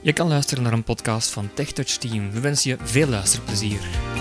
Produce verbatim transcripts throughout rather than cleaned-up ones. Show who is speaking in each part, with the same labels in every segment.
Speaker 1: Je kan luisteren naar een podcast van TechTouch Team. We wensen je veel luisterplezier.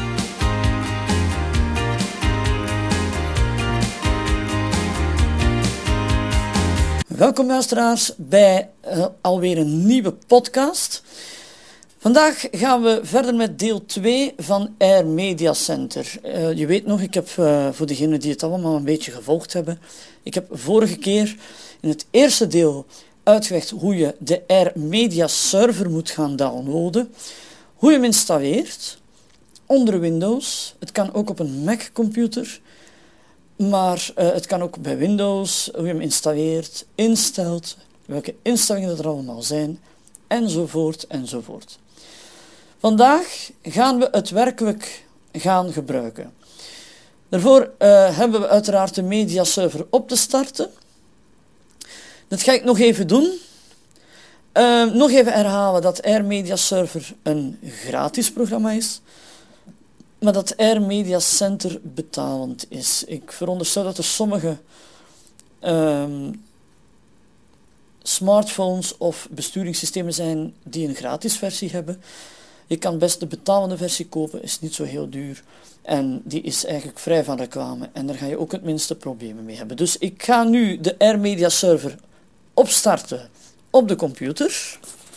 Speaker 2: Welkom luisteraars bij uh, alweer een nieuwe podcast. Vandaag gaan we verder met deel twee van Air Media Center. Uh, je weet nog, ik heb uh, voor degenen die het allemaal een beetje gevolgd hebben, ik heb vorige keer in het eerste deel uitgelegd hoe je de Air Media Server moet gaan downloaden, hoe je hem installeert onder Windows. Het kan ook op een Mac-computer, maar uh, het kan ook bij Windows, hoe je hem installeert, instelt, welke instellingen er allemaal zijn, enzovoort, enzovoort. Vandaag gaan we het werkelijk gaan gebruiken. Daarvoor uh, hebben we uiteraard de Media Server op te starten. Dat ga ik nog even doen. Uh, nog even herhalen dat Air Media Server een gratis programma is, maar dat Air Media Center betalend is. Ik veronderstel dat er sommige um, smartphones of besturingssystemen zijn die een gratis versie hebben. Je kan best de betalende versie kopen, is niet zo heel duur. En die is eigenlijk vrij van reclame. En daar ga je ook het minste problemen mee hebben. Dus ik ga nu de Air Media Server opstarten op de computer.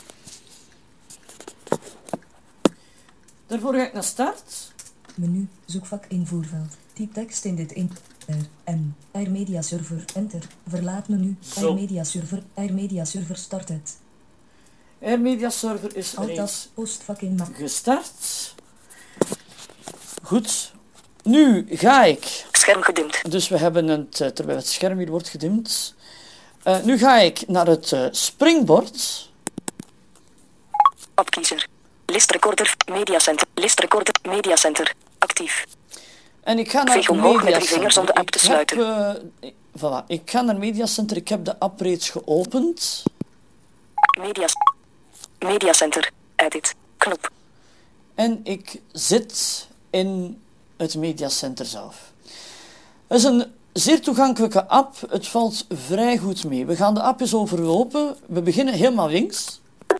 Speaker 2: Daarvoor ga ik naar start.
Speaker 3: Menu, zoekvak invoerveld. Typ tekst in dit in. R M. Air Media Server. Enter. Verlaat menu.
Speaker 2: Zo.
Speaker 3: Air Media Server. Air Media Server start het.
Speaker 2: Air Media Server is
Speaker 3: Alt
Speaker 2: reeds
Speaker 3: postvak in map.
Speaker 2: gestart. Goed. Nu ga ik...
Speaker 4: Scherm gedimd.
Speaker 2: Dus we hebben het, uh, terwijl het scherm hier wordt gedimd. Uh, nu ga ik naar het uh, springbord.
Speaker 4: Opkiezer. Listrecorder. Media Center. Listrecorder. Media Center. Actief.
Speaker 2: En ik ga naar
Speaker 4: Veeg
Speaker 2: het
Speaker 4: omhoog met
Speaker 2: Media
Speaker 4: drie vingers
Speaker 2: Center.
Speaker 4: om de app te
Speaker 2: Ik
Speaker 4: sluiten.
Speaker 2: Heb, uh, voilà. Ik ga naar Media Center. Ik heb de app reeds geopend.
Speaker 4: Media, Media Center. Edit. Knop.
Speaker 2: En ik zit in het Media Center zelf. Het is een zeer toegankelijke app. Het valt vrij goed mee. We gaan de app eens overlopen. We beginnen helemaal links.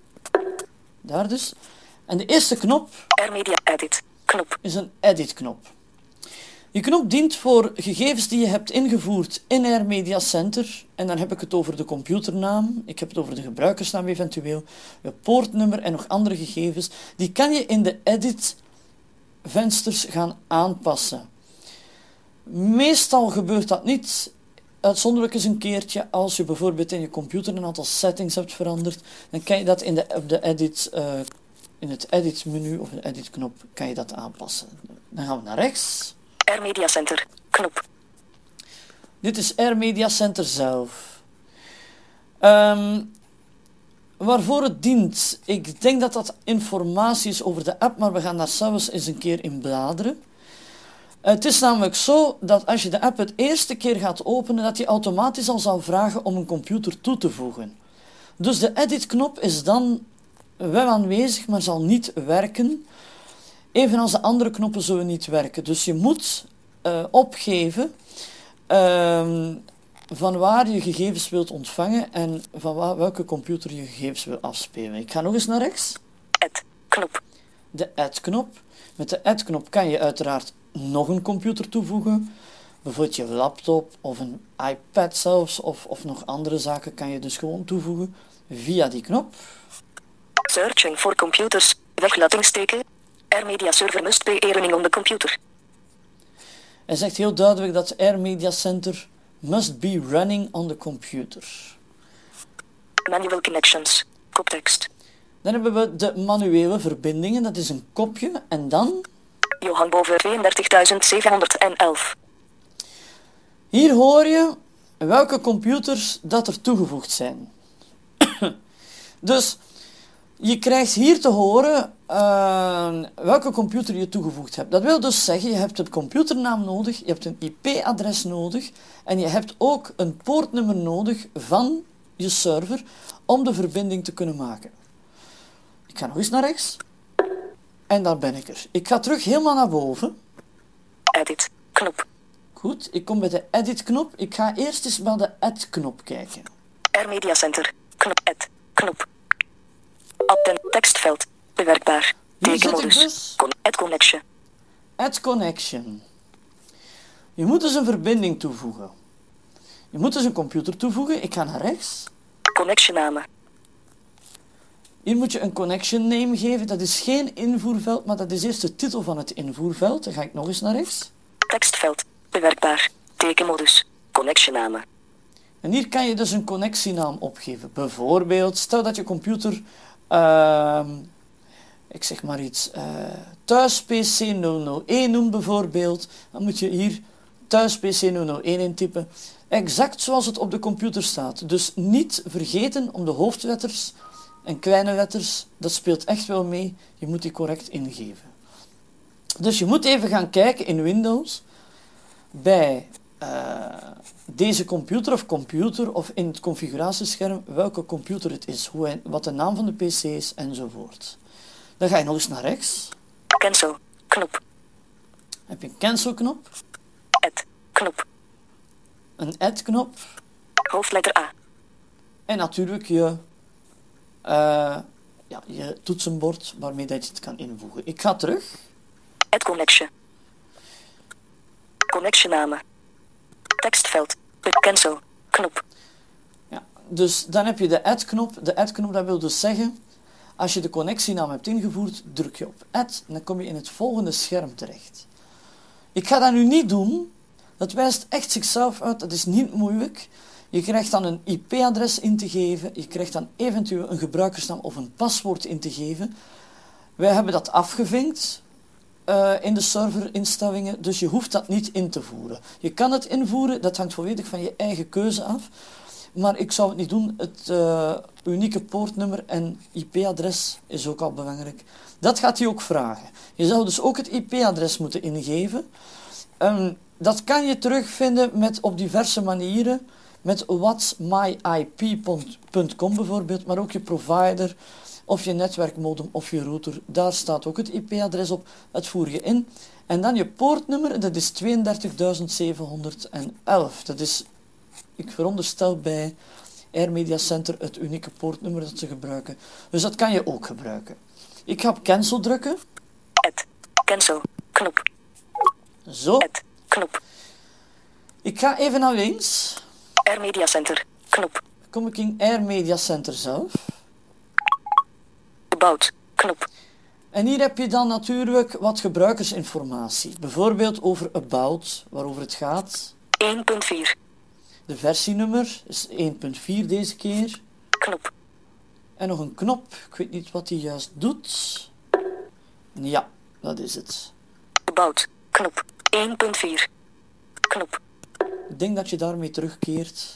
Speaker 2: Daar dus. En de eerste knop
Speaker 4: Air Media Edit. Knop.
Speaker 2: is een edit knop. Die knop dient voor gegevens die je hebt ingevoerd in Air Media Center. En dan heb ik het over de computernaam. Ik heb het over de gebruikersnaam eventueel. Je poortnummer en nog andere gegevens. Die kan je in de edit vensters gaan aanpassen. Meestal gebeurt dat niet. Uitzonderlijk eens een keertje als je bijvoorbeeld in je computer een aantal settings hebt veranderd. Dan kan je dat in, de, op de edit, uh, in het edit menu of de edit knop kan je dat aanpassen. Dan gaan we naar rechts.
Speaker 4: Air Media Center. Knop.
Speaker 2: Dit is Air Media Center zelf. Um, waarvoor het dient? Ik denk dat dat informatie is over de app, maar we gaan daar zelfs eens een keer in bladeren. Het is namelijk zo dat als je de app het eerste keer gaat openen, dat je automatisch al zal vragen om een computer toe te voegen. Dus de edit-knop is dan wel aanwezig, maar zal niet werken. Evenals de andere knoppen zullen niet werken. Dus je moet uh, opgeven uh, van waar je gegevens wilt ontvangen en van waar, welke computer je gegevens wil afspelen. Ik ga nog eens naar rechts.
Speaker 4: Add. Knop.
Speaker 2: De add-knop. Met de add-knop kan je uiteraard nog een computer toevoegen. Bijvoorbeeld je laptop of een iPad zelfs of, of nog andere zaken kan je dus gewoon toevoegen via die knop.
Speaker 4: Searching for computers. Weglatingsteken. Air Media Server must be running on the computer.
Speaker 2: Hij zegt heel duidelijk dat Air Media Center must be running on the computer.
Speaker 4: Manual connections. Koptekst.
Speaker 2: Dan hebben we de manuele verbindingen, dat is een kopje. En dan...
Speaker 4: Johan boven tweeëndertigduizend zevenhonderdelf.
Speaker 2: Hier hoor je welke computers dat er toegevoegd zijn. Dus je krijgt hier te horen uh, welke computer je toegevoegd hebt. Dat wil dus zeggen, je hebt een computernaam nodig, je hebt een I P-adres nodig en je hebt ook een poortnummer nodig van je server om de verbinding te kunnen maken. Ik ga nog eens naar rechts. En daar ben ik er. Ik ga terug helemaal naar boven.
Speaker 4: Edit. Knop.
Speaker 2: Goed, ik kom bij de edit-knop. Ik ga eerst eens naar de add-knop kijken.
Speaker 4: Air Media Center. Knop. Add. Knop. Add. Tekstveld. Bewerkbaar.
Speaker 2: Hier zit ik
Speaker 4: Tekenmodus.
Speaker 2: dus.
Speaker 4: Con- Add connection.
Speaker 2: Add connection. Je moet dus een verbinding toevoegen. Je moet dus een computer toevoegen. Ik ga naar rechts.
Speaker 4: Connection namen.
Speaker 2: Hier moet je een connection name geven. Dat is geen invoerveld, maar dat is eerst de titel van het invoerveld. Dan ga ik nog eens naar rechts.
Speaker 4: Tekstveld. Bewerkbaar. Tekenmodus. Connection namen.
Speaker 2: En hier kan je dus een connectienaam opgeven. Bijvoorbeeld, stel dat je computer, uh, ik zeg maar iets, uh, thuis P C nul nul één noemt bijvoorbeeld. Dan moet je hier thuis P C nul nul één intypen. Exact zoals het op de computer staat. Dus niet vergeten om de hoofdletters en kleine letters, dat speelt echt wel mee. Je moet die correct ingeven. Dus je moet even gaan kijken in Windows bij uh, deze computer of computer of in het configuratiescherm welke computer het is, hoe hij, wat de naam van de P C is enzovoort. Dan ga je nog eens naar rechts.
Speaker 4: Cancel. Knop.
Speaker 2: Heb je een cancel knop,
Speaker 4: Add. Knop.
Speaker 2: een add knop
Speaker 4: Hoofdletter A.
Speaker 2: en natuurlijk je, uh, ja, je toetsenbord waarmee dat je het kan invoegen. Ik ga terug.
Speaker 4: Add connection. Connection namen. Tekstveld. Cancel. Knop.
Speaker 2: Ja, dus dan heb je de add knop. De add knop, dat wil dus zeggen, als je de connectienaam hebt ingevoerd, druk je op add en dan kom je in het volgende scherm terecht. Ik ga dat nu niet doen. Dat wijst echt zichzelf uit. Dat is niet moeilijk. Je krijgt dan een I P-adres in te geven. Je krijgt dan eventueel een gebruikersnaam of een paswoord in te geven. Wij hebben dat afgevinkt uh, in de serverinstellingen, dus je hoeft dat niet in te voeren. Je kan het invoeren, dat hangt volledig van je eigen keuze af. Maar ik zou het niet doen. Het uh, unieke poortnummer en I P-adres is ook al belangrijk. Dat gaat hij ook vragen. Je zou dus ook het I P-adres moeten ingeven. Um, dat kan je terugvinden met, op diverse manieren. Met whats my I P punt com bijvoorbeeld, maar ook je provider of je netwerkmodem of je router. Daar staat ook het I P-adres op. Dat voer je in. En dan je poortnummer, dat is tweeëndertig zevenhonderdelf. Dat is, ik veronderstel bij Air Media Center, het unieke poortnummer dat ze gebruiken. Dus dat kan je ook gebruiken. Ik ga op cancel drukken.
Speaker 4: Add. Cancel. Knop.
Speaker 2: Zo.
Speaker 4: Add. Knop.
Speaker 2: Ik ga even naar links.
Speaker 4: Air Media Center. Knop.
Speaker 2: Kom ik in Air Media Center zelf.
Speaker 4: About. Knop.
Speaker 2: En hier heb je dan natuurlijk wat gebruikersinformatie. Bijvoorbeeld over About, waarover het gaat.
Speaker 4: één punt vier.
Speaker 2: De versienummer is één punt vier deze keer.
Speaker 4: Knop.
Speaker 2: En nog een knop. Ik weet niet wat die juist doet. Ja, dat is het.
Speaker 4: About. Knop. één punt vier. Knop.
Speaker 2: Ik denk dat je daarmee terugkeert.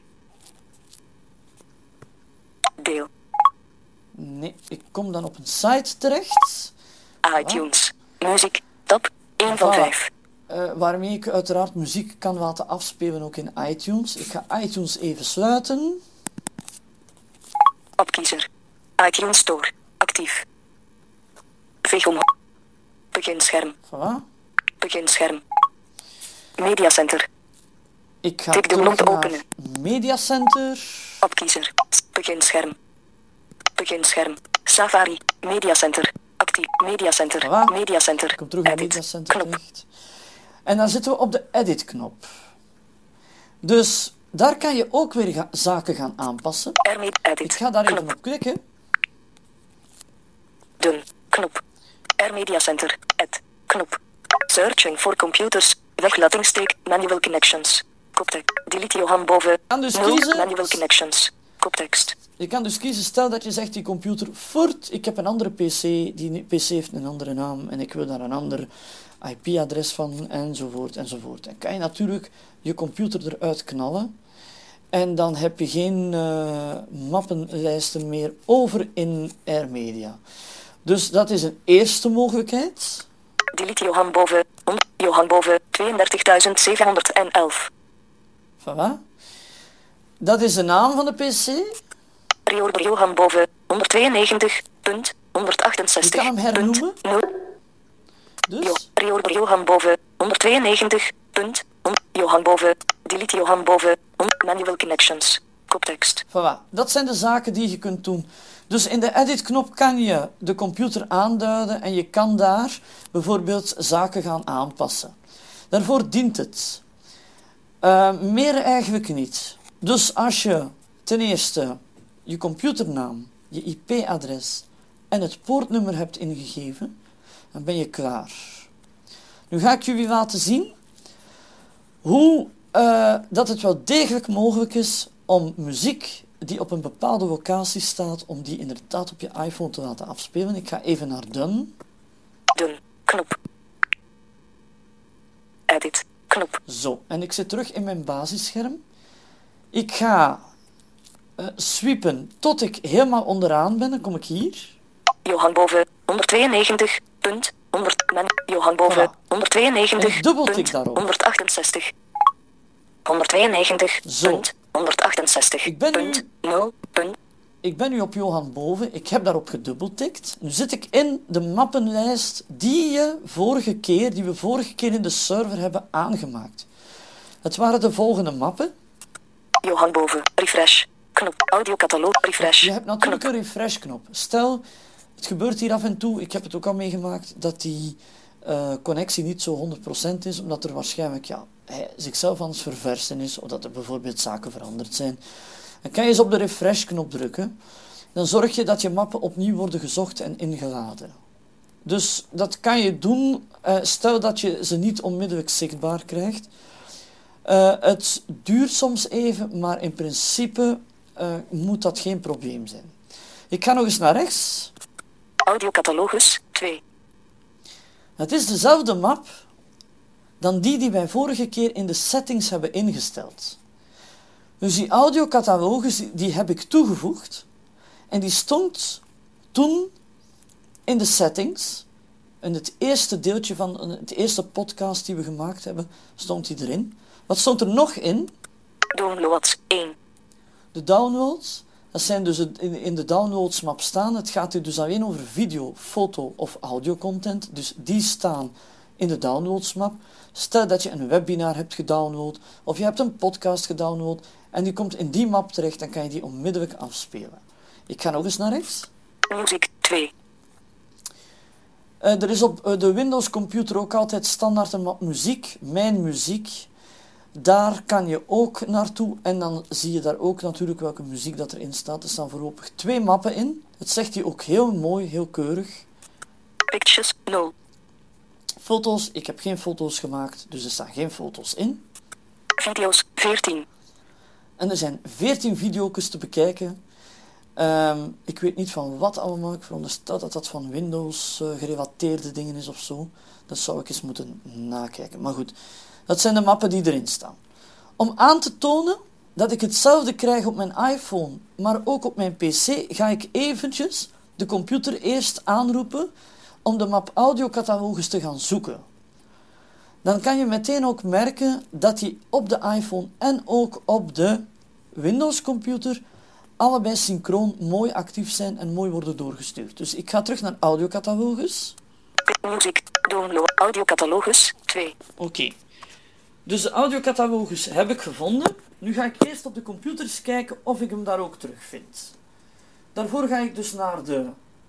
Speaker 4: Deel.
Speaker 2: Nee, ik kom dan op een site terecht.
Speaker 4: iTunes. Muziek. Tab. één van
Speaker 2: Voilà.
Speaker 4: vijf.
Speaker 2: Uh, waarmee ik uiteraard muziek kan laten afspelen ook in iTunes. Ik ga iTunes even sluiten.
Speaker 4: Opkiezer. iTunes Store. Actief. Veeg om. Beginscherm.
Speaker 2: Voilà.
Speaker 4: Beginscherm. Mediacenter.
Speaker 2: Ik ga
Speaker 4: Tik de
Speaker 2: terug
Speaker 4: blok
Speaker 2: naar
Speaker 4: openen.
Speaker 2: Mediacenter.
Speaker 4: Opkiezer. Beginscherm. Beginscherm. Safari. Mediacenter. Actief. Mediacenter.
Speaker 2: Voilà.
Speaker 4: Mediacenter.
Speaker 2: Ik kom terug naar
Speaker 4: Edit.
Speaker 2: Mediacenter
Speaker 4: Knop.
Speaker 2: terecht. En dan zitten we op de edit-knop. Dus daar kan je ook weer ga- zaken gaan aanpassen.
Speaker 4: Airmed Edit.
Speaker 2: Ik ga daar even
Speaker 4: Knop.
Speaker 2: op klikken.
Speaker 4: Dun. Knop. Air Media Center. Add. Knop. Searching for computers. Weglatingsteek. Manual connections. Koptekst. Delete Johan boven.
Speaker 2: kan dus
Speaker 4: nul.
Speaker 2: kiezen.
Speaker 4: Manual connections. Koptekst.
Speaker 2: Je kan dus kiezen, stel dat je zegt die computer voert, ik heb een andere P C, die P C heeft een andere naam en ik wil daar een ander I P-adres van, enzovoort, enzovoort. Dan kan je natuurlijk je computer eruit knallen en dan heb je geen uh, mappenlijsten meer over in Air Media. Dus dat is een eerste mogelijkheid.
Speaker 4: Delete Johan boven. honderd. Johan boven. tweeëndertig zevenhonderdelf.
Speaker 2: Voilà. Dat is de naam van de P C.
Speaker 4: Reorder Johan boven. honderdtweeënnegentig. Punt. honderdachtzestig.
Speaker 2: Je kan hem hernoemen.
Speaker 4: Punt, nul. Jo,
Speaker 2: Dus
Speaker 4: reorder Johan boven. honderdtweeënnegentig. Punt. honderd. Johan boven. Delete Johan boven. honderd. Manual connections. Koptekst.
Speaker 2: Voilà, dat zijn de zaken die je kunt doen. Dus in de edit-knop kan je de computer aanduiden en je kan daar bijvoorbeeld zaken gaan aanpassen. Daarvoor dient het. Uh, meer eigenlijk niet. Dus als je ten eerste je computernaam, je I P-adres en het poortnummer hebt ingegeven, dan ben je klaar. Nu ga ik jullie laten zien hoe uh, dat het wel degelijk mogelijk is om muziek die op een bepaalde locatie staat, om die inderdaad op je iPhone te laten afspelen. Ik ga even naar Done.
Speaker 4: Done. Knop. Edit. Knop.
Speaker 2: Zo, en ik zit terug in mijn basisscherm. Ik ga uh, sweepen tot ik helemaal onderaan ben. Dan kom ik hier.
Speaker 4: Johan boven. honderdtweeënnegentig. Punt. honderd. Men. Johan boven.
Speaker 2: Voilà.
Speaker 4: honderdtweeënnegentig.
Speaker 2: En ik dubbeltik
Speaker 4: punt,
Speaker 2: daarop.
Speaker 4: honderdachtenzestig. honderdtweeënnegentig.
Speaker 2: Zo.
Speaker 4: Punt. honderdachtenzestig.
Speaker 2: Ik ben
Speaker 4: punt.
Speaker 2: nu-
Speaker 4: nul. Punt.
Speaker 2: Ik ben nu op Johan boven. Ik heb daarop gedubbeltikt. Nu zit ik in de mappenlijst die, je vorige keer, die we vorige keer in de server hebben aangemaakt. Het waren de volgende mappen.
Speaker 4: Johan boven. Refresh. Knop. Audiocataloog. Refresh.
Speaker 2: Je hebt natuurlijk
Speaker 4: Knop.
Speaker 2: een refresh-knop. Stel, het gebeurt hier af en toe, ik heb het ook al meegemaakt, dat die uh, connectie niet zo honderd procent is, omdat er waarschijnlijk ja, hij zichzelf aan het verversen is, of dat er bijvoorbeeld zaken veranderd zijn. Dan kan je eens op de refresh-knop drukken. Dan zorg je dat je mappen opnieuw worden gezocht en ingeladen. Dus dat kan je doen, uh, stel dat je ze niet onmiddellijk zichtbaar krijgt. Uh, het duurt soms even, maar in principe uh, moet dat geen probleem zijn. Ik ga nog eens naar rechts.
Speaker 4: Audiocatalogus. twee.
Speaker 2: Het is dezelfde map dan die die wij vorige keer in de settings hebben ingesteld. Dus die audiocatalogus die heb ik toegevoegd en die stond toen in de settings. In het eerste deeltje van het eerste podcast die we gemaakt hebben, stond die erin. Wat stond er nog in?
Speaker 4: Downloads. één.
Speaker 2: De downloads. Dat zijn dus in, in de downloads map staan. Het gaat hier dus alleen over video, foto of audio content. Dus die staan in de downloads map. Stel dat je een webinar hebt gedownload of je hebt een podcast gedownload en die komt in die map terecht, dan kan je die onmiddellijk afspelen. Ik ga nog eens naar rechts.
Speaker 4: Music. twee.
Speaker 2: Uh, er is op uh, de Windows computer ook altijd standaard een map muziek, mijn muziek. Daar kan je ook naartoe en dan zie je daar ook natuurlijk welke muziek dat erin staat. Er staan voorlopig twee mappen in. Het zegt hier ook heel mooi, heel keurig.
Speaker 4: Pictures. nul.
Speaker 2: Foto's, ik heb geen foto's gemaakt, dus er staan geen foto's in.
Speaker 4: Video's. veertien.
Speaker 2: En er zijn veertien video's te bekijken. Um, ik weet niet van wat allemaal, ik veronderstel dat dat van Windows uh, gerelateerde dingen is of zo. Dat zou ik eens moeten nakijken. Maar goed, dat zijn de mappen die erin staan. Om aan te tonen dat ik hetzelfde krijg op mijn iPhone, maar ook op mijn P C, ga ik eventjes de computer eerst aanroepen om de map audiocatalogus te gaan zoeken. Dan kan je meteen ook merken dat die op de iPhone en ook op de Windows computer allebei synchroon mooi actief zijn en mooi worden doorgestuurd. Dus ik ga terug naar audiocatalogus.
Speaker 4: Music. Download. Audiocatalogus. twee.
Speaker 2: Oké. Okay. Dus de audiocatalogus heb ik gevonden. Nu ga ik eerst op de computer eens kijken of ik hem daar ook terugvind. Daarvoor ga ik dus naar de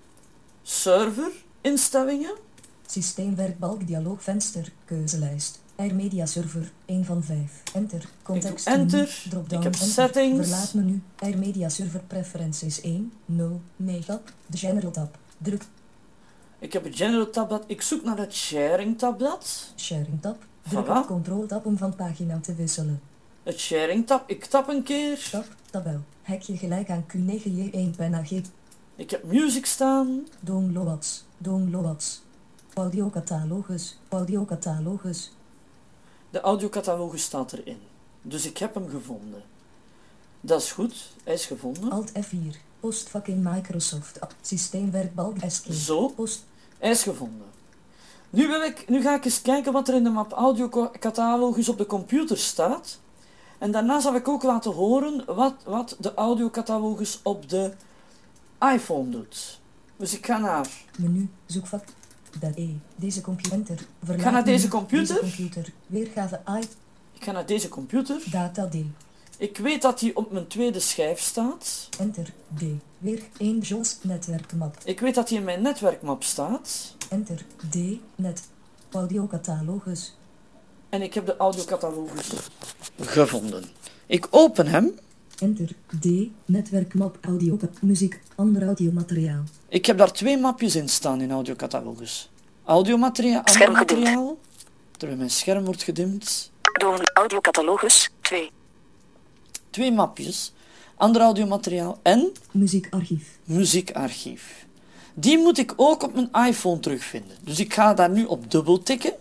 Speaker 2: server instellingen.
Speaker 3: Systeemwerkbalk dialoogvenster keuzelijst. Air Media Server één van vijf. Enter. Context.
Speaker 2: Ik doe enter.
Speaker 3: Menu, drop-down,
Speaker 2: Ik heb
Speaker 3: enter.
Speaker 2: settings.
Speaker 3: Verlaat menu. Air Media Server Preferences één nul negen. De General tab. Druk.
Speaker 2: Ik heb het General tabblad. Ik zoek naar het Sharing tabblad.
Speaker 3: Sharing tab. Druk
Speaker 2: Voilà.
Speaker 3: op Control tab om van pagina te wisselen.
Speaker 2: Het Sharing tab. Ik tap een keer.
Speaker 3: Tab. Tabel. Hekje gelijk aan Q negen J één penna G.
Speaker 2: Ik heb music staan.
Speaker 3: Downloads. Downloads. Audiocatalogus. Audiocatalogus.
Speaker 2: De audiocatalogus staat erin. Dus ik heb hem gevonden. Dat is goed. Hij is gevonden.
Speaker 3: Alt F vier. Postvak in Microsoft. Systeemwerkbalk Escape.
Speaker 2: Zo.
Speaker 3: Post.
Speaker 2: Hij is gevonden. Nu, wil ik, nu ga ik eens kijken wat er in de map audiocatalogus op de computer staat. En daarna zal ik ook laten horen wat, wat de audiocatalogus op de iPhone doet. Dus ik ga naar...
Speaker 3: Menu. Zoekvak. Dat E. Deze computer.
Speaker 2: Ik ga naar deze computer.
Speaker 3: Deze computer. Weergave I.
Speaker 2: Ik ga naar deze computer.
Speaker 3: Data D.
Speaker 2: Ik weet dat die op mijn tweede schijf staat.
Speaker 3: Enter. D. Weer één Jos netwerkmap.
Speaker 2: Ik weet dat die in mijn netwerkmap staat.
Speaker 3: Enter. D. Net. Audiocatalogus.
Speaker 2: En ik heb de audiocatalogus gevonden. Ik open hem.
Speaker 3: Enter. D. Netwerkmap audio. Muziek. Ander audiomateriaal.
Speaker 2: Ik heb daar twee mapjes in staan in audiocatalogus. Audiomateriaal, ander
Speaker 4: Scherm gedimd.
Speaker 2: materiaal. Terwijl mijn scherm wordt gedimd.
Speaker 4: Download audiocatalogus twee.
Speaker 2: Twee mapjes. Ander audiomateriaal en
Speaker 3: Muziekarchief.
Speaker 2: muziekarchief. Die moet ik ook op mijn iPhone terugvinden. Dus ik ga daar nu op dubbel tikken.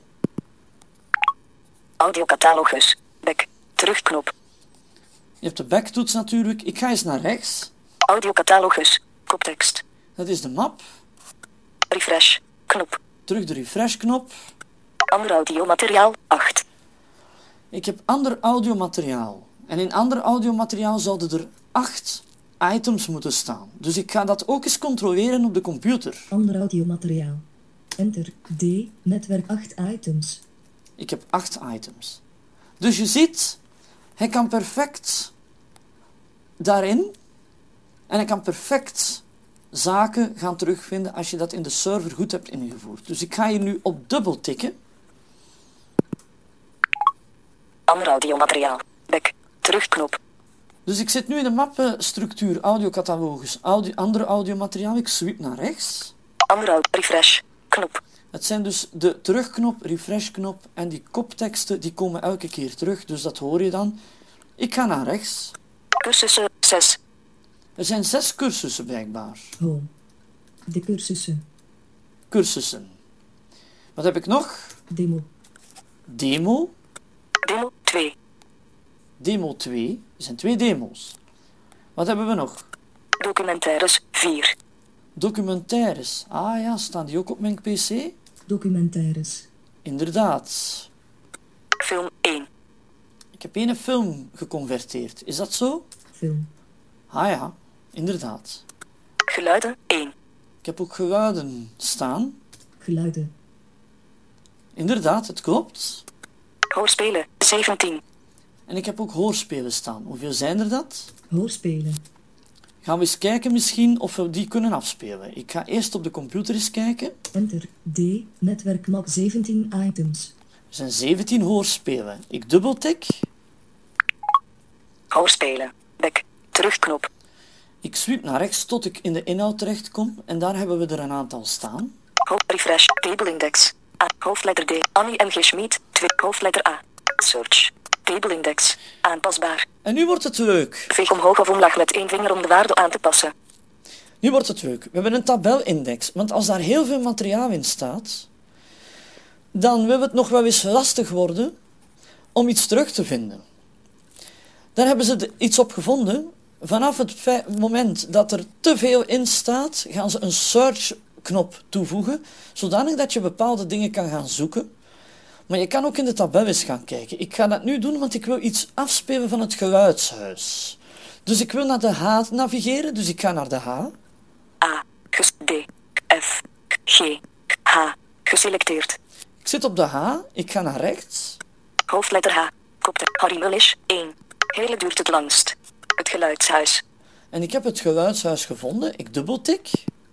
Speaker 4: Audiocatalogus. Back. Terugknop.
Speaker 2: Je hebt de backtoets natuurlijk. Ik ga eens naar rechts.
Speaker 4: Audiocatalogus. Koptekst.
Speaker 2: Dat is de map.
Speaker 4: Refresh. Knop.
Speaker 2: Terug de refresh knop.
Speaker 4: Ander audiomateriaal acht.
Speaker 2: Ik heb ander audiomateriaal. En in ander audiomateriaal zouden er acht items moeten staan. Dus ik ga dat ook eens controleren op de computer.
Speaker 3: Ander audiomateriaal. Enter. D. Netwerk acht items.
Speaker 2: Ik heb acht items. Dus je ziet, hij kan perfect daarin en hij kan perfect zaken gaan terugvinden als je dat in de server goed hebt ingevoerd. Dus ik ga hier nu op dubbel tikken.
Speaker 4: Ander audiomateriaal. Back. Terugknop.
Speaker 2: Dus ik zit nu in de mappenstructuur audiocatalogus, audio, andere audiomateriaal. Ik sweep naar rechts.
Speaker 4: Ander aud. Refresh. Knop.
Speaker 2: Het zijn dus de terugknop, refreshknop en die kopteksten die komen elke keer terug. Dus dat hoor je dan. Ik ga naar rechts.
Speaker 4: Cursussen zes.
Speaker 2: Er zijn zes cursussen blijkbaar.
Speaker 3: Home. De cursussen.
Speaker 2: Cursussen. Wat heb ik nog?
Speaker 3: Demo.
Speaker 2: Demo.
Speaker 4: Demo twee.
Speaker 2: Demo twee. Er zijn twee demo's. Wat hebben we nog?
Speaker 4: Documentaires vier.
Speaker 2: Documentaires. Ah ja, staan die ook op mijn pc?
Speaker 3: Documentaires.
Speaker 2: Inderdaad.
Speaker 4: Film één.
Speaker 2: Ik heb één film geconverteerd. Is dat zo?
Speaker 3: Film.
Speaker 2: Ah ja, inderdaad.
Speaker 4: Geluiden één.
Speaker 2: Ik heb ook geluiden staan.
Speaker 3: Geluiden.
Speaker 2: Inderdaad, het klopt.
Speaker 4: Hoorspelen zeventien.
Speaker 2: En ik heb ook hoorspelen staan. Hoeveel zijn er dat?
Speaker 3: Hoorspelen.
Speaker 2: Gaan we eens kijken misschien of we die kunnen afspelen. Ik ga eerst op de computer eens kijken.
Speaker 3: Enter. D. Netwerkmap zeventien items.
Speaker 2: Er zijn zeventien hoorspelen. Ik dubbeltik.
Speaker 4: Hoorspelen. Back. Terugknop.
Speaker 2: Ik sweep naar rechts tot ik in de inhoud terechtkom. En daar hebben we er een aantal staan.
Speaker 4: Ho refresh. Table index. A. Hoofdletter D. Annie M G Schmid. twee. Hoofdletter A. Search. Table index. Aanpasbaar.
Speaker 2: En nu wordt het leuk.
Speaker 4: Veeg omhoog of omlaag met één vinger om de waarde aan te passen.
Speaker 2: Nu wordt het leuk. We hebben een tabelindex. Want als daar heel veel materiaal in staat, dan wil het nog wel eens lastig worden om iets terug te vinden. Daar hebben ze de- iets op gevonden. Vanaf het fe- moment dat er te veel in staat, gaan ze een search-knop toevoegen, zodanig dat je bepaalde dingen kan gaan zoeken. Maar je kan ook in de tabel eens gaan kijken. Ik ga dat nu doen, want ik wil iets afspelen van het geluidshuis. Dus ik wil naar de H navigeren, dus ik ga naar de H.
Speaker 4: A. Ges D. F. G. H. Geselecteerd.
Speaker 2: Ik zit op de H, ik ga naar rechts.
Speaker 4: Hoofdletter H. Koptekst. Harry Mullisch één. Hele duurt het langst. Het geluidshuis.
Speaker 2: En ik heb het geluidshuis gevonden. Ik dubbeltik.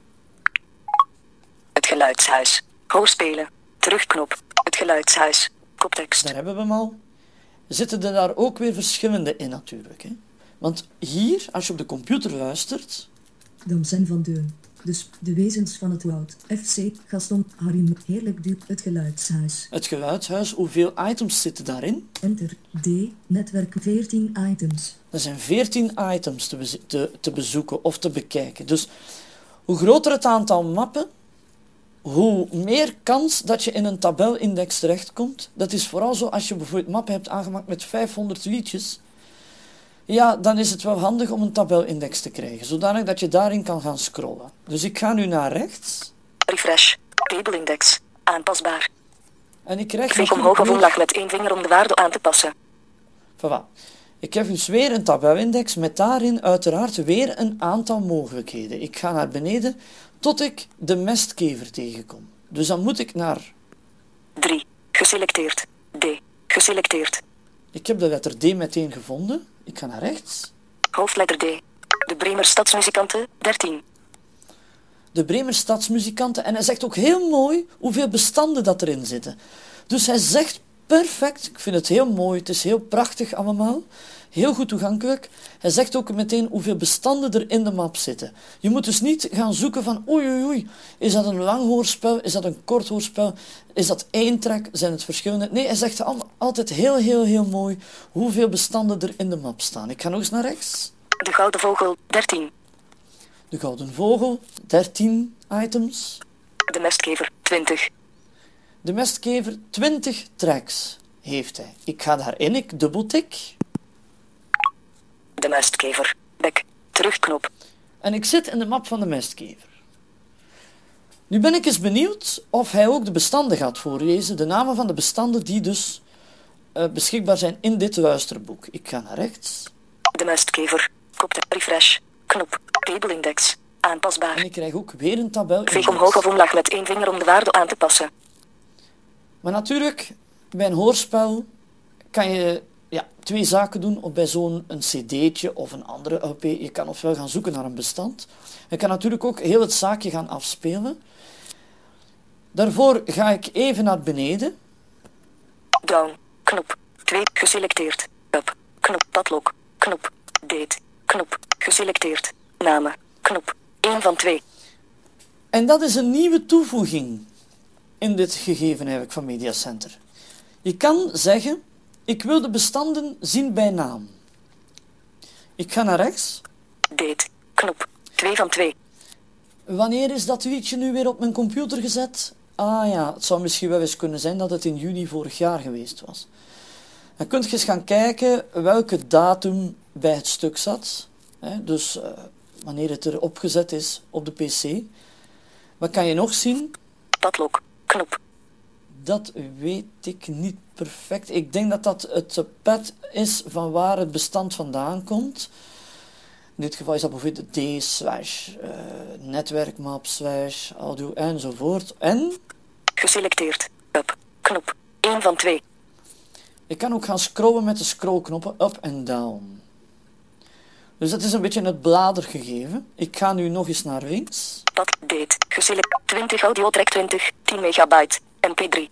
Speaker 4: Het geluidshuis. Hoorspelen. Terugknop. Het geluidshuis. Koptekst.
Speaker 2: Daar hebben we hem al. Zitten er daar ook weer verschillende in natuurlijk. Hè? Want hier, als je op de computer luistert,
Speaker 3: Damsen van Deun. Dus de wezens van het woud. F C. Gaston. Harry. Heerlijk duur. Het geluidshuis.
Speaker 2: het geluidshuis, hoeveel items zitten daarin?
Speaker 3: Enter. D. Netwerk veertien items.
Speaker 2: Er zijn veertien items te, beze- te, te bezoeken of te bekijken. Dus hoe groter het aantal mappen, hoe meer kans dat je in een tabelindex terechtkomt. Dat is vooral zo als je bijvoorbeeld mappen hebt aangemaakt met vijfhonderd liedjes. Ja, dan is het wel handig om een tabelindex te krijgen, zodanig dat je daarin kan gaan scrollen. Dus ik ga nu naar rechts
Speaker 4: Refresh. Table index. Aanpasbaar.
Speaker 2: en ik krijg
Speaker 4: Veeg
Speaker 2: natuurlijk
Speaker 4: omhoog of
Speaker 2: weer-
Speaker 4: omlaag met één vinger om de waarde aan te passen.
Speaker 2: Voilà. Ik heb dus weer een tabelindex met daarin uiteraard weer een aantal mogelijkheden. Ik ga naar beneden tot ik de mestkever tegenkom. Dus dan moet ik naar...
Speaker 4: drie. Geselecteerd. D. Geselecteerd.
Speaker 2: Ik heb de letter D meteen gevonden. Ik ga naar rechts.
Speaker 4: Hoofdletter D. De Bremer Stadsmuzikanten, dertien.
Speaker 2: De Bremer Stadsmuzikanten. En hij zegt ook heel mooi hoeveel bestanden dat erin zitten. Dus hij zegt perfect, ik vind het heel mooi, het is heel prachtig allemaal. Heel goed toegankelijk. Hij zegt ook meteen hoeveel bestanden er in de map zitten. Je moet dus niet gaan zoeken van oei oei oei, is dat een lang hoorspel, is dat een kort hoorspel, is dat één track, zijn het verschillende. Nee, hij zegt al, altijd heel heel heel mooi hoeveel bestanden er in de map staan. Ik ga nog eens naar rechts.
Speaker 4: De Gouden Vogel, dertien.
Speaker 2: De Gouden Vogel, dertien items.
Speaker 4: De Mestkever, twintig.
Speaker 2: De Mestkever, twintig tracks heeft hij. Ik ga daarin, ik dubbeltik.
Speaker 4: De Mestkever, back, terugknop.
Speaker 2: En ik zit in de map van de Mestkever. Nu ben ik eens benieuwd of hij ook de bestanden gaat voorlezen. De namen van de bestanden die dus uh, beschikbaar zijn in dit luisterboek. Ik ga naar rechts.
Speaker 4: De Mestkever, kopte, refresh, knop, tabelindex, aanpasbaar.
Speaker 2: En ik krijg ook weer een tabel.
Speaker 4: Veeg omhoog of omlaag met één vinger om de waarde aan te passen.
Speaker 2: Maar natuurlijk, bij een hoorspel kan je ja, twee zaken doen. Of bij zo'n een cd'tje of een andere L P. Je kan ofwel gaan zoeken naar een bestand. Je kan natuurlijk ook heel het zaakje gaan afspelen. Daarvoor ga ik even naar beneden.
Speaker 4: Down, knop, twee, geselecteerd, up, knop, padlock, knop, date, knop, geselecteerd, namen, knop, één van twee.
Speaker 2: En dat is een nieuwe toevoeging in dit gegeven eigenlijk van Media Center. Je kan zeggen, ik wil de bestanden zien bij naam. Ik ga naar rechts.
Speaker 4: Date, knop, twee van twee.
Speaker 2: Wanneer is dat liedje nu weer op mijn computer gezet? Ah ja, het zou misschien wel eens kunnen zijn dat het in juni vorig jaar geweest was. Dan kunt je eens gaan kijken welke datum bij het stuk zat. Dus uh, wanneer het er opgezet is op de pc. Wat kan je nog zien?
Speaker 4: Padlock, knop.
Speaker 2: Dat weet ik niet perfect. Ik denk dat dat het pad is van waar het bestand vandaan komt. In dit geval is dat bijvoorbeeld d slash uh, netwerkmap slash audio enzovoort. En?
Speaker 4: Geselecteerd, up, knop, één van twee.
Speaker 2: Je kan ook gaan scrollen met de scrollknoppen up en down. Dus dat is een beetje het bladergegeven. Ik ga nu nog eens naar links.
Speaker 4: Pad, date, geselecteerd, twintig audio track twintig, tien megabyte, M P drie.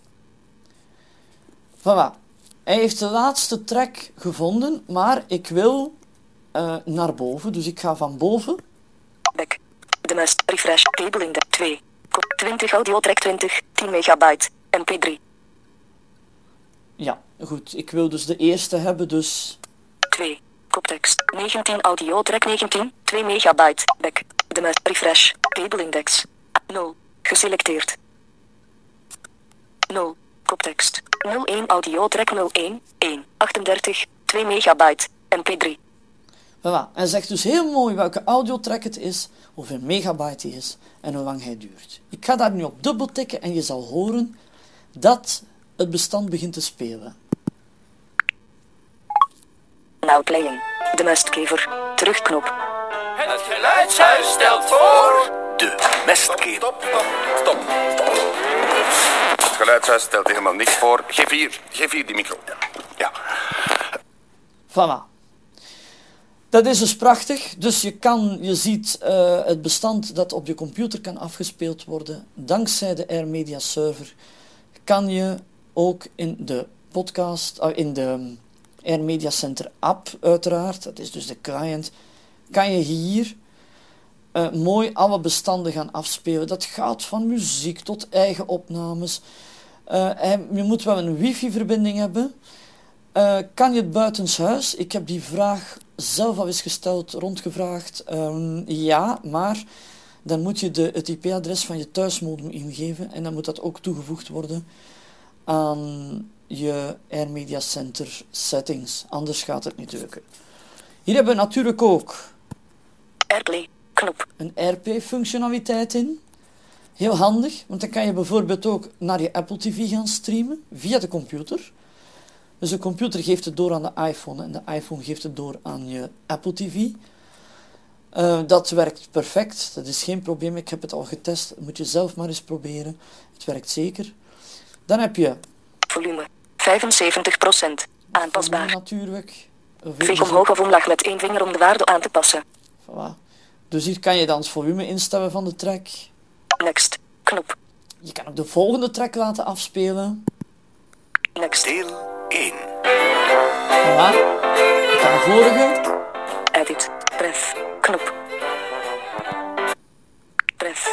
Speaker 2: Voilà. Hij heeft de laatste track gevonden, maar ik wil uh, naar boven. Dus ik ga van boven.
Speaker 4: Back. De mest, refresh, table in de twee. twintig audio track twintig, tien megabyte, M P drie.
Speaker 2: Ja, goed. Ik wil dus de eerste hebben, dus...
Speaker 4: twee. Koptekst. negentien audio track negentien, twee megabyte. Back. De mest, refresh, table index. nul. Geselecteerd. nul. Koptekst. nul één audio track nul één, één, achtendertig, twee megabyte, M P drie.
Speaker 2: Voilà. Hij zegt dus heel mooi welke audiotrack het is, hoeveel megabyte hij is en hoe lang hij duurt. Ik ga daar nu op dubbel tikken en je zal horen dat het bestand begint te spelen.
Speaker 4: Now playing. De Mestkever. Terugknop.
Speaker 5: Het geluidshuis stelt voor... De Mestkever. Stop, stop, stop, stop. Het geluidshuis stelt helemaal niks voor. Geef hier, geef hier die micro. Ja.
Speaker 2: Voilà. Dat is dus prachtig. Dus je kan, je ziet uh, het bestand dat op je computer kan afgespeeld worden. Dankzij de Air Media Server kan je ook in de podcast, uh, in de Air Media Center app uiteraard, dat is dus de client, kan je hier uh, mooi alle bestanden gaan afspelen. Dat gaat van muziek tot eigen opnames. Uh, en je moet wel een wifi-verbinding hebben. Uh, kan je het buitenshuis? Ik heb die vraag zelf al eens gesteld, rondgevraagd. Um, ja, maar dan moet je de, het I P-adres van je thuismodem ingeven en dan moet dat ook toegevoegd worden aan je Air Media Center settings. Anders gaat het niet lukken. Hier hebben we natuurlijk ook
Speaker 4: Airplay, knop.
Speaker 2: een Airplay-functionaliteit in. Heel handig, want dan kan je bijvoorbeeld ook naar je Apple T V gaan streamen via de computer. Dus de computer geeft het door aan de iPhone en de iPhone geeft het door aan je Apple T V. Uh, dat werkt perfect, dat is geen probleem. Ik heb het al getest, dat moet je zelf maar eens proberen. Het werkt zeker. Dan heb je...
Speaker 4: Volume, vijfenzeventig procent. Aanpasbaar.
Speaker 2: Volume natuurlijk.
Speaker 4: Veeg omhoog of omlaag met één vinger om de waarde aan te passen.
Speaker 2: Voilà. Dus hier kan je dan het volume instellen van de track.
Speaker 4: Next. Knop.
Speaker 2: Je kan ook de volgende track laten afspelen.
Speaker 4: Next.
Speaker 5: Deel één.
Speaker 2: Voilà. Je kan de vorige.
Speaker 4: Edit. Ref. Knop. Ref.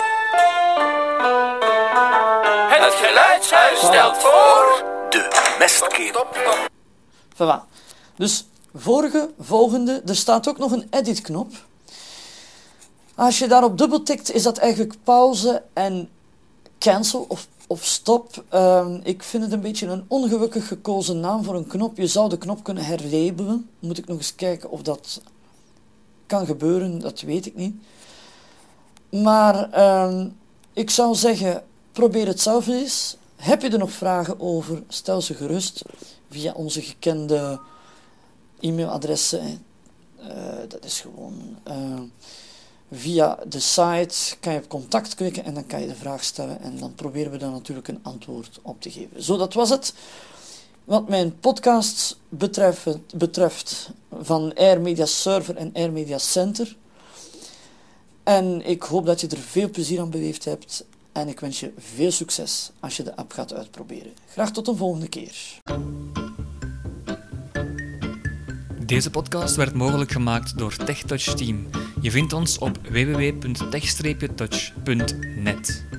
Speaker 5: Het geluidshuis stelt voor... De mestketel.
Speaker 2: Voilà. Dus vorige, volgende. Er staat ook nog een edit-knop. Als je daarop dubbeltikt, is dat eigenlijk pauze en cancel of, of stop. Uh, ik vind het een beetje een ongelukkig gekozen naam voor een knop. Je zou de knop kunnen herlabelen. Moet ik nog eens kijken of dat kan gebeuren, dat weet ik niet. Maar uh, ik zou zeggen, probeer het zelf eens. Heb je er nog vragen over, stel ze gerust via onze gekende e-mailadressen. Uh, dat is gewoon... Uh, Via de site kan je op contact klikken en dan kan je de vraag stellen en dan proberen we daar natuurlijk een antwoord op te geven. Zo, dat was het. Wat mijn podcast betreft, betreft van Air Media Server en Air Media Center. En ik hoop dat je er veel plezier aan beleefd hebt en ik wens je veel succes als je de app gaat uitproberen. Graag tot een volgende keer.
Speaker 1: Deze podcast werd mogelijk gemaakt door TechTouch Team. Je vindt ons op w w w punt tech touch punt net.